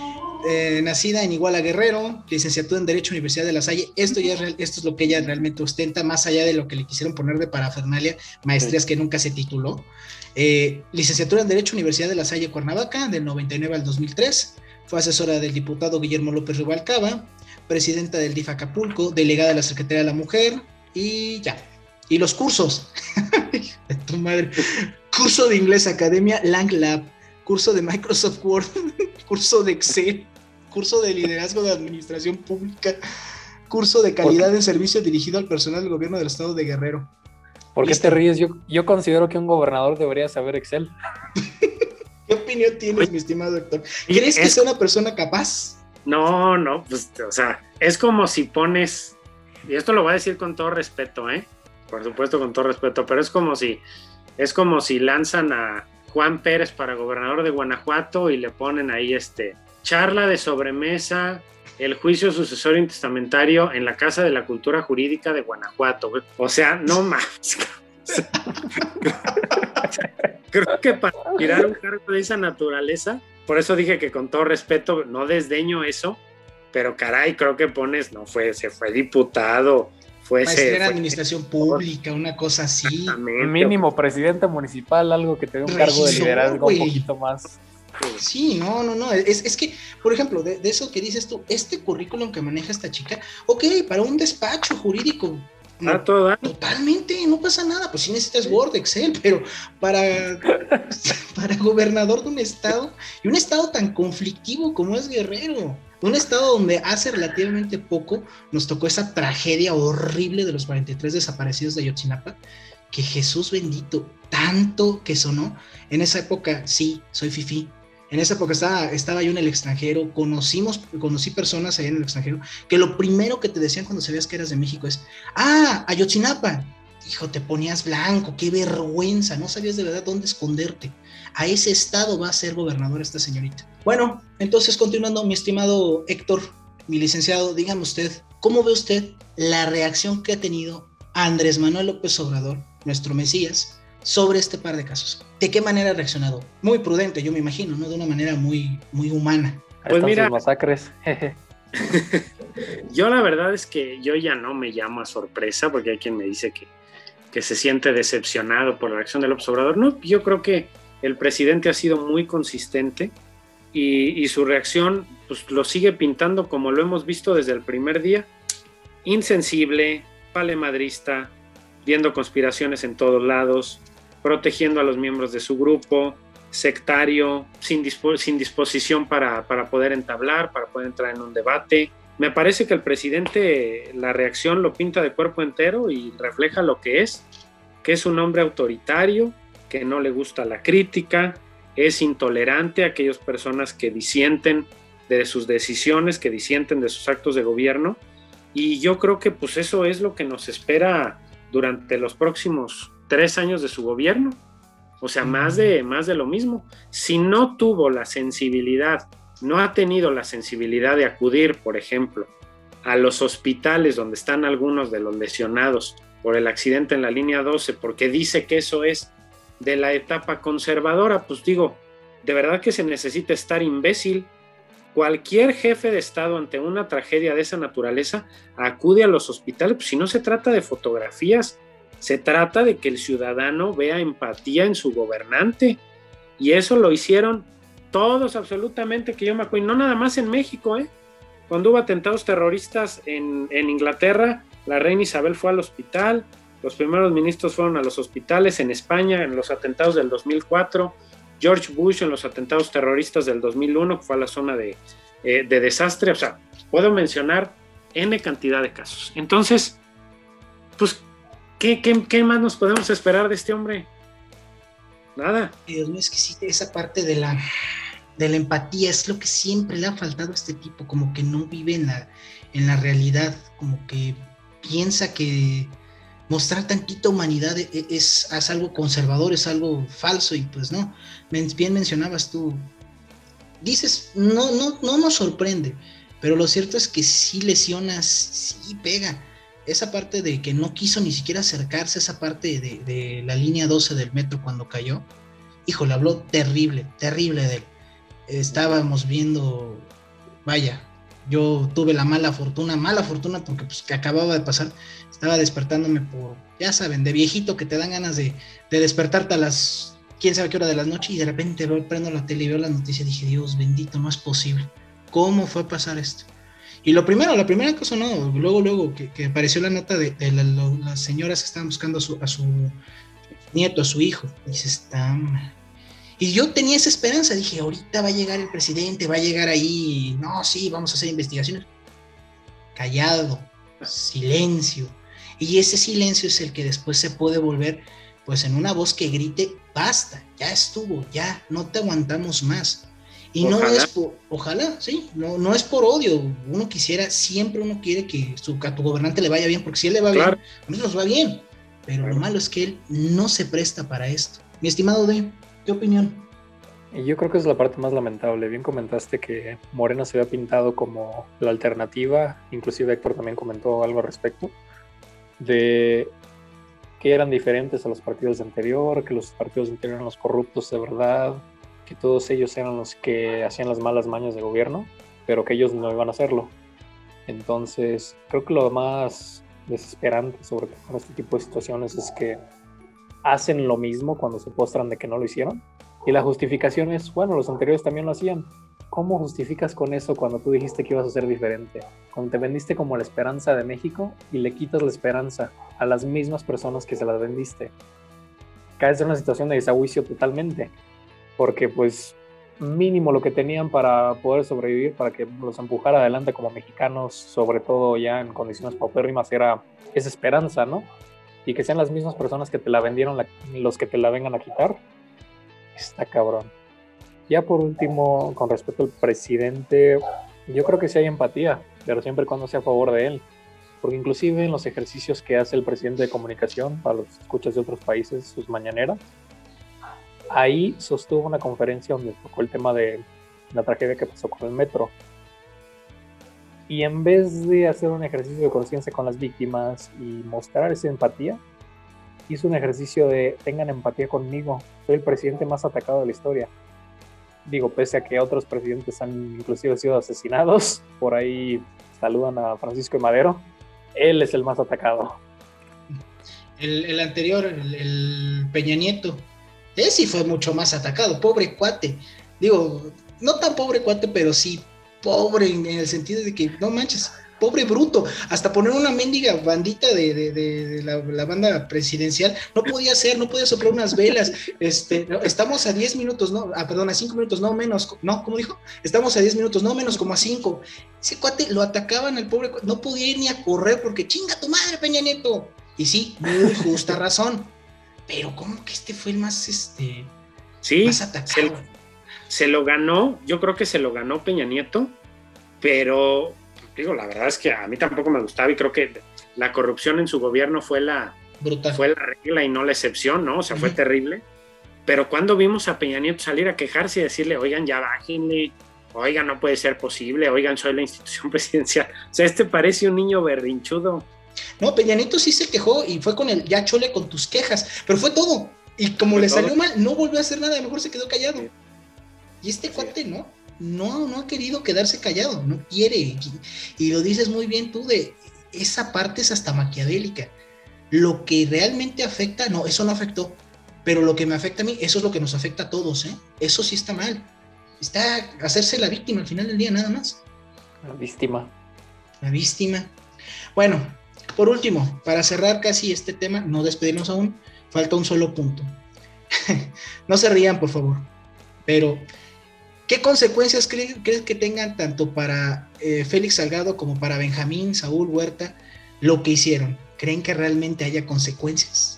eh, nacida en Iguala, Guerrero, licenciatura en Derecho, Universidad de La Salle. Esto ya es real, esto es lo que ella realmente ostenta, más allá de lo que le quisieron poner de parafernalia, maestrías sí. que nunca se tituló. Eh, licenciatura en Derecho, Universidad de La Salle, Cuernavaca, del noventa y nueve al dos mil tres. Fue asesora del diputado Guillermo López Rubalcaba, presidenta del D I F Acapulco, delegada de la Secretaría de la Mujer, y ya. Y los cursos. De tu madre. Curso de Inglés Academia Lang Lab, curso de Microsoft Word, curso de Excel, curso de Liderazgo de Administración Pública, curso de Calidad de Servicio dirigido al personal del gobierno del estado de Guerrero. ¿Por qué te ríes? Yo, yo considero que un gobernador debería saber Excel. ¿Qué opinión tienes, mi estimado Héctor? ¿Crees que sea una persona capaz? No, no, pues, o sea, es como si pones, y esto lo voy a decir con todo respeto, ¿eh? Por supuesto, con todo respeto, pero es como si, es como si lanzan a Juan Pérez para gobernador de Guanajuato y le ponen ahí este, charla de sobremesa, el juicio sucesorio intestamentario en la Casa de la Cultura Jurídica de Guanajuato, güey. O sea, no más. Creo que para tirar un cargo de esa naturaleza, por eso dije que con todo respeto, no desdeño eso, pero caray, creo que pones, no fue, se fue diputado, fue... Maestría en administración pública, una cosa así. Mínimo presidente municipal, algo que te dé un Regisor, cargo de liderazgo wey. un poquito más. Sí, no, no, no, es, es que, por ejemplo, de, de eso que dices tú, este currículum que maneja esta chica, ok, para un despacho jurídico, no, todo, totalmente, no pasa nada, pues sí necesitas Word, Excel, pero para, para gobernador de un estado, y un estado tan conflictivo como es Guerrero, un estado donde hace relativamente poco nos tocó esa tragedia horrible de los cuarenta y tres desaparecidos de Ayotzinapa, que Jesús bendito, tanto que sonó, en esa época, sí, soy fifí, en esa época estaba, estaba yo en el extranjero, conocimos, conocí personas allá en el extranjero, que lo primero que te decían cuando sabías que eras de México es, ah, Ayotzinapa, hijo, te ponías blanco, qué vergüenza, no sabías de verdad dónde esconderte, a ese estado va a ser gobernadora esta señorita. Bueno, entonces continuando, mi estimado Héctor, mi licenciado, dígame usted, ¿cómo ve usted la reacción que ha tenido Andrés Manuel López Obrador, nuestro Mesías, sobre este par de casos? ¿De qué manera ha reaccionado? Muy prudente, yo me imagino, ¿no? De una manera muy, muy humana. Pues mira, masacres. Yo la verdad es que yo ya no me llamo a sorpresa, porque hay quien me dice que, que se siente decepcionado por la reacción de López Obrador. No, yo creo que el presidente ha sido muy consistente y, y su reacción pues, lo sigue pintando como lo hemos visto desde el primer día, insensible, palemadrista, viendo conspiraciones en todos lados, protegiendo a los miembros de su grupo, sectario, sin, dispo- sin disposición para, para poder entablar, para poder entrar en un debate. Me parece que el presidente, la reacción lo pinta de cuerpo entero y refleja lo que es, que es un hombre autoritario, que no le gusta la crítica, es intolerante a aquellas personas que disienten de sus decisiones, que disienten de sus actos de gobierno, y yo creo que pues eso es lo que nos espera durante los próximos tres años de su gobierno, o sea, más de, más de lo mismo. Si no tuvo la sensibilidad, no ha tenido la sensibilidad de acudir, por ejemplo, a los hospitales donde están algunos de los lesionados por el accidente en la línea doce, porque dice que eso es de la etapa conservadora, pues digo, de verdad que se necesita estar imbécil. Cualquier jefe de Estado ante una tragedia de esa naturaleza acude a los hospitales, pues si no se trata de fotografías, se trata de que el ciudadano vea empatía en su gobernante, y eso lo hicieron todos absolutamente, que yo me acuerdo, y no nada más en México, ¿eh? Cuando hubo atentados terroristas en, en Inglaterra, la reina Isabel fue al hospital, los primeros ministros fueron a los hospitales, en España en los atentados del dos mil cuatro, George Bush en los atentados terroristas del dos mil uno, que fue a la zona de, eh, de desastre. O sea, puedo mencionar N cantidad de casos. Entonces, pues, ¿qué, qué, qué más nos podemos esperar de este hombre? Nada. Dios mío, es que sí, esa parte de la, de la empatía es lo que siempre le ha faltado a este tipo, como que no vive en la, en la realidad, como que piensa que mostrar tantita humanidad es, es, es algo conservador, es algo falso, y pues no, bien mencionabas tú, dices, no, no, no nos sorprende, pero lo cierto es que sí lesiona, sí pega, esa parte de que no quiso ni siquiera acercarse, esa parte de, de la línea doce del metro cuando cayó, híjole, habló terrible, terrible de él. Estábamos viendo vaya, yo tuve la mala fortuna, mala fortuna porque pues que acababa de pasar, estaba despertándome por, ya saben, de viejito que te dan ganas de, de despertarte a las, quién sabe qué hora de la noche y de repente veo, prendo la tele y veo la noticia y dije, Dios bendito, no es posible, ¿cómo fue a pasar esto? Y lo primero, la primera cosa no, luego, luego que, que apareció la nota de, de la, lo, las señoras que estaban buscando a su, a su nieto, a su hijo, y dice, está mal. Y yo tenía esa esperanza, dije, ahorita va a llegar el presidente, va a llegar ahí, no, sí, vamos a hacer investigaciones. Callado, silencio. Y ese silencio es el que después se puede volver, pues en una voz que grite, basta, ya estuvo, ya, no te aguantamos más. Y ojalá. no es por, ojalá, sí, no, no es por odio, uno quisiera, siempre uno quiere que su, a tu gobernante le vaya bien, porque si él le va claro. bien, a nosotros nos va bien, pero claro. Lo malo es que él no se presta para esto. Mi estimado D, ¿qué opinión? Y yo creo que es la parte más lamentable. Bien comentaste que Morena se había pintado como la alternativa, inclusive Héctor también comentó algo al respecto, de que eran diferentes a los partidos de anterior, que los partidos de anterior eran los corruptos de verdad, que todos ellos eran los que hacían las malas mañas de gobierno, pero que ellos no iban a hacerlo. Entonces, creo que lo más desesperante sobre todo en este tipo de situaciones es que hacen lo mismo cuando se postran de que no lo hicieron. Y la justificación es, bueno, los anteriores también lo hacían. ¿Cómo justificas con eso cuando tú dijiste que ibas a ser diferente? Cuando te vendiste como la esperanza de México y le quitas la esperanza a las mismas personas que se las vendiste. Caes en una situación de desahucio totalmente. Porque pues mínimo lo que tenían para poder sobrevivir, para que los empujara adelante como mexicanos, sobre todo ya en condiciones paupérrimas, era esa esperanza, ¿no? Y que sean las mismas personas que te la vendieron la, los que te la vengan a quitar, está cabrón. Ya por último, con respecto al presidente, yo creo que sí hay empatía, pero siempre y cuando sea a favor de él. Porque inclusive en los ejercicios que hace el presidente de comunicación para los escuchas de otros países, sus mañaneras, ahí sostuvo una conferencia donde tocó el tema de la tragedia que pasó con el metro. Y en vez de hacer un ejercicio de conciencia con las víctimas y mostrar esa empatía, hizo un ejercicio de tengan empatía conmigo, soy el presidente más atacado de la historia. Digo, pese a que otros presidentes han inclusive sido asesinados, por ahí saludan a Francisco de Madero, él es el más atacado. El, el anterior, el, el Peña Nieto, ese sí fue mucho más atacado, pobre cuate. Digo, no tan pobre cuate, pero sí pobre en el sentido de que, no manches, pobre bruto. Hasta poner una mendiga bandita de, de, de, de la, la banda presidencial, no podía hacer, no podía soplar unas velas. Este, no, estamos a diez minutos, no, ah, perdón, a cinco minutos, no menos, no, ¿cómo dijo? Estamos a diez minutos, no menos, como a cinco. Ese cuate lo atacaban al pobre cuate, no podía ir ni a correr porque chinga tu madre, Peña Nieto. Y sí, muy justa razón. Pero ¿cómo que este fue el más, este, sí, más atacado? Se, se lo ganó, yo creo que se lo ganó Peña Nieto, pero digo, la verdad es que a mí tampoco me gustaba y creo que la corrupción en su gobierno fue la, Brutal. Fue la regla y no la excepción, ¿no? O sea, uh-huh. Fue terrible. Pero cuando vimos a Peña Nieto salir a quejarse y decirle, oigan, ya bájenle, oigan, no puede ser posible, oigan, soy la institución presidencial. O sea, este parece un niño berrinchudo. No, Peña Nieto sí se quejó y fue con el ya chole con tus quejas, pero fue todo. Y como fue le todo. Salió mal, no volvió a hacer nada, mejor se quedó callado. Sí. Y este sí. cuate no, no, no ha querido quedarse callado, no quiere. Y, y lo dices muy bien tú, de esa parte es hasta maquiavélica. Lo que realmente afecta, no, eso no afectó. Pero lo que me afecta a mí, eso es lo que nos afecta a todos, ¿eh? Eso sí está mal. Está hacerse la víctima al final del día, nada más. La víctima. La víctima. Bueno, por último, para cerrar casi este tema, no despedirnos aún, falta un solo punto. No se rían, por favor. Pero, ¿qué consecuencias crees cree que tengan tanto para eh, Félix Salgado como para Benjamín, Saúl Huerta, lo que hicieron? ¿Creen que realmente haya consecuencias?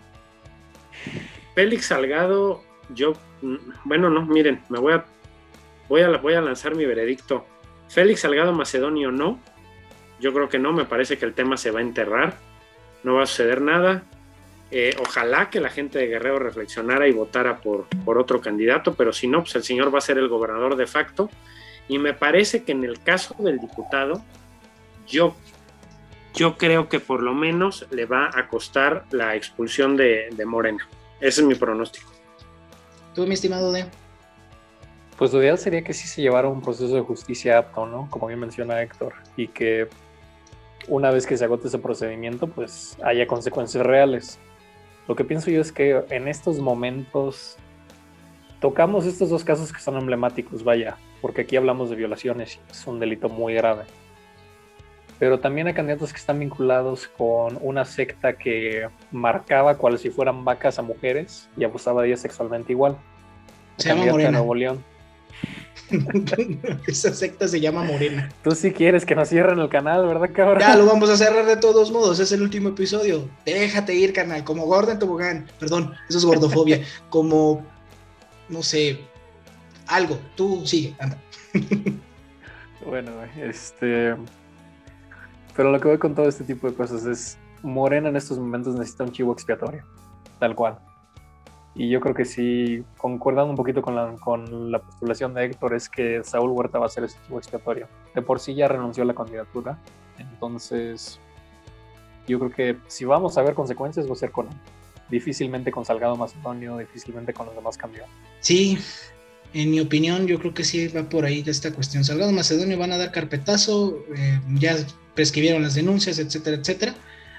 Félix Salgado, yo, bueno, no, miren, me voy a, voy a, voy a lanzar mi veredicto. Félix Salgado Macedonio no, yo creo que no, me parece que el tema se va a enterrar, no va a suceder nada. Eh, ojalá que la gente de Guerrero reflexionara y votara por, por otro candidato, pero si no, pues el señor va a ser el gobernador de facto. Y me parece que en el caso del diputado, yo, yo creo que por lo menos le va a costar la expulsión de, de Morena. Ese es mi pronóstico. ¿Tú, mi estimado D? Pues lo ideal sería que sí se llevara un proceso de justicia apto, ¿no? Como bien menciona Héctor, y que una vez que se agote ese procedimiento, pues haya consecuencias reales. Lo que pienso yo es que en estos momentos tocamos estos dos casos que son emblemáticos, vaya, porque aquí hablamos de violaciones y es un delito muy grave. Pero también hay candidatos que están vinculados con una secta que marcaba cual si fueran vacas a mujeres y abusaba de ellas sexualmente igual. La Se llama candidata de Morena. Nuevo León. Esa secta se llama Morena. Tú sí quieres que nos cierren el canal, ¿verdad, cabrón? Ya lo vamos a cerrar de todos modos, es el último episodio. Déjate ir, canal, como gorda en tobogán. Perdón, eso es gordofobia. Como, no sé, algo. Tú sigue, anda. Bueno, este... Pero lo que voy con todo este tipo de cosas es, Morena en estos momentos necesita un chivo expiatorio, tal cual. Y yo creo que sí, concordando un poquito con la, con la postulación de Héctor, es que Saúl Huerta va a ser ese chivo expiatorio. De por sí ya renunció a la candidatura, entonces yo creo que si vamos a ver consecuencias va a ser con él. Difícilmente con Salgado Macedonio, difícilmente con los demás candidatos. Sí, en mi opinión, yo creo que sí va por ahí esta cuestión. Salgado Macedonio van a dar carpetazo, eh, ya prescribieron las denuncias, etcétera, etcétera,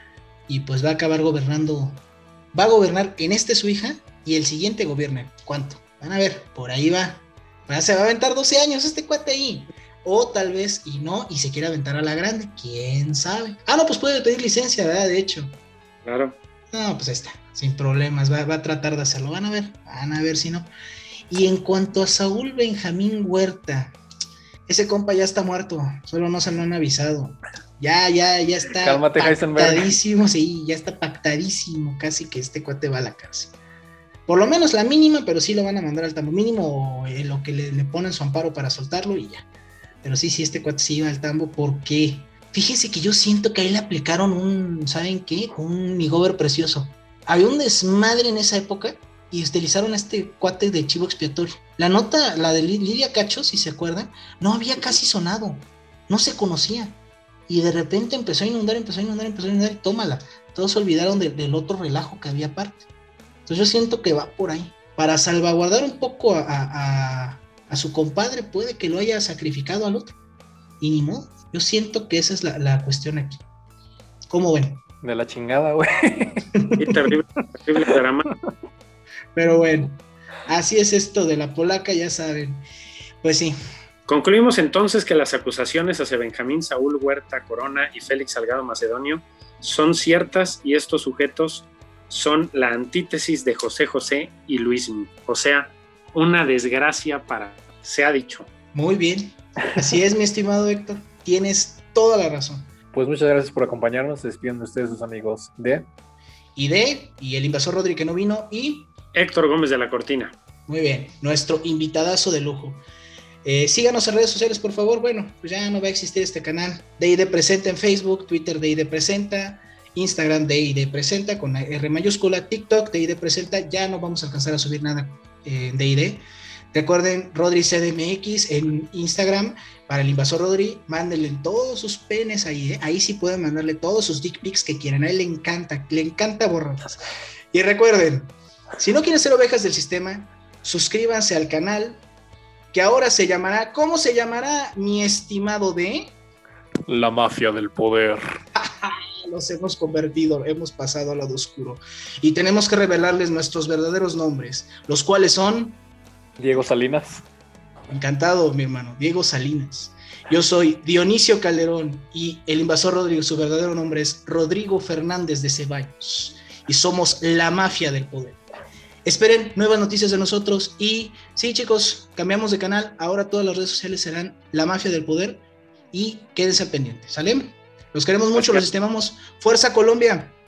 y pues va a acabar gobernando, va a gobernar en este su hija y el siguiente gobierne. ¿Cuánto? Van a ver, por ahí va. Se va a aventar doce años este cuate ahí. O tal vez y no, y se quiere aventar a la grande, quién sabe. Ah, no, pues puede pedir licencia, ¿verdad? De hecho. Claro. No, pues ahí está, sin problemas, va, va a tratar de hacerlo. Van a ver, van a ver si no. Y en cuanto a Saúl Benjamín Huerta, ese compa ya está muerto, solo no se lo han avisado. Ya, ya, ya está Cálmate, pactadísimo, sí, ya está pactadísimo, casi que este cuate va a la cárcel. Por lo menos la mínima, pero sí lo van a mandar al tambo mínimo, eh, lo que le, le ponen su amparo para soltarlo y ya. Pero sí, sí, este cuate sí iba al tambo, porque fíjese que yo siento que ahí le aplicaron un, ¿saben qué? Un migover precioso. Había un desmadre en esa época y utilizaron a este cuate de chivo expiatorio. La nota, la de Lidia Cacho, si se acuerdan, no había casi sonado, no se conocía. Y de repente empezó a inundar, empezó a inundar, empezó a inundar y tómala. Todos se olvidaron de, del otro relajo que había aparte. Entonces yo siento que va por ahí. Para salvaguardar un poco a, a, a su compadre, puede que lo haya sacrificado al otro. Y ni modo. Yo siento que esa es la, la cuestión aquí. ¿Cómo ven? De la chingada, güey. Y terrible, terrible drama. Pero bueno, así es esto de la polaca, ya saben. Pues sí. Concluimos entonces que las acusaciones hacia Benjamín Saúl Huerta Corona y Félix Salgado Macedonio son ciertas y estos sujetos son la antítesis de José José y Luismi. O sea, una desgracia para... Se ha dicho. Muy bien. Así es, mi estimado Héctor. Tienes toda la razón. Pues muchas gracias por acompañarnos. Se despiden de ustedes sus amigos de... Y de... Y el invasor Rodri que no vino y... Héctor Gómez de la Cortina. Muy bien. Nuestro invitadazo de lujo. Eh, síganos en redes sociales, por favor. Bueno, pues ya no va a existir este canal. D I D Presenta en Facebook, Twitter D I D Presenta, Instagram D I D Presenta con la R mayúscula, TikTok D I D Presenta. Ya no vamos a alcanzar a subir nada en D I D. Recuerden, Rodri C D M X en Instagram. Para el invasor Rodri, mándenle todos sus penes ahí, ¿eh? Ahí sí pueden mandarle todos sus dick pics que quieran. A él le encanta, le encanta borrarlas. Y recuerden, si no quieren ser ovejas del sistema, suscríbanse al canal, que ahora se llamará, ¿cómo se llamará, mi estimado de? La mafia del poder. Nos hemos convertido, hemos pasado al lado oscuro. Y tenemos que revelarles nuestros verdaderos nombres, los cuales son... Diego Salinas. Encantado, mi hermano, Diego Salinas. Yo soy Dionisio Calderón y el invasor Rodrigo, su verdadero nombre es Rodrigo Fernández de Ceballos. Y somos la mafia del poder. Esperen nuevas noticias de nosotros y sí, chicos, cambiamos de canal. Ahora todas las redes sociales serán La Mafia del Poder y quédense al pendiente, ¿sale? Los queremos mucho, los estimamos. ¡Fuerza Colombia!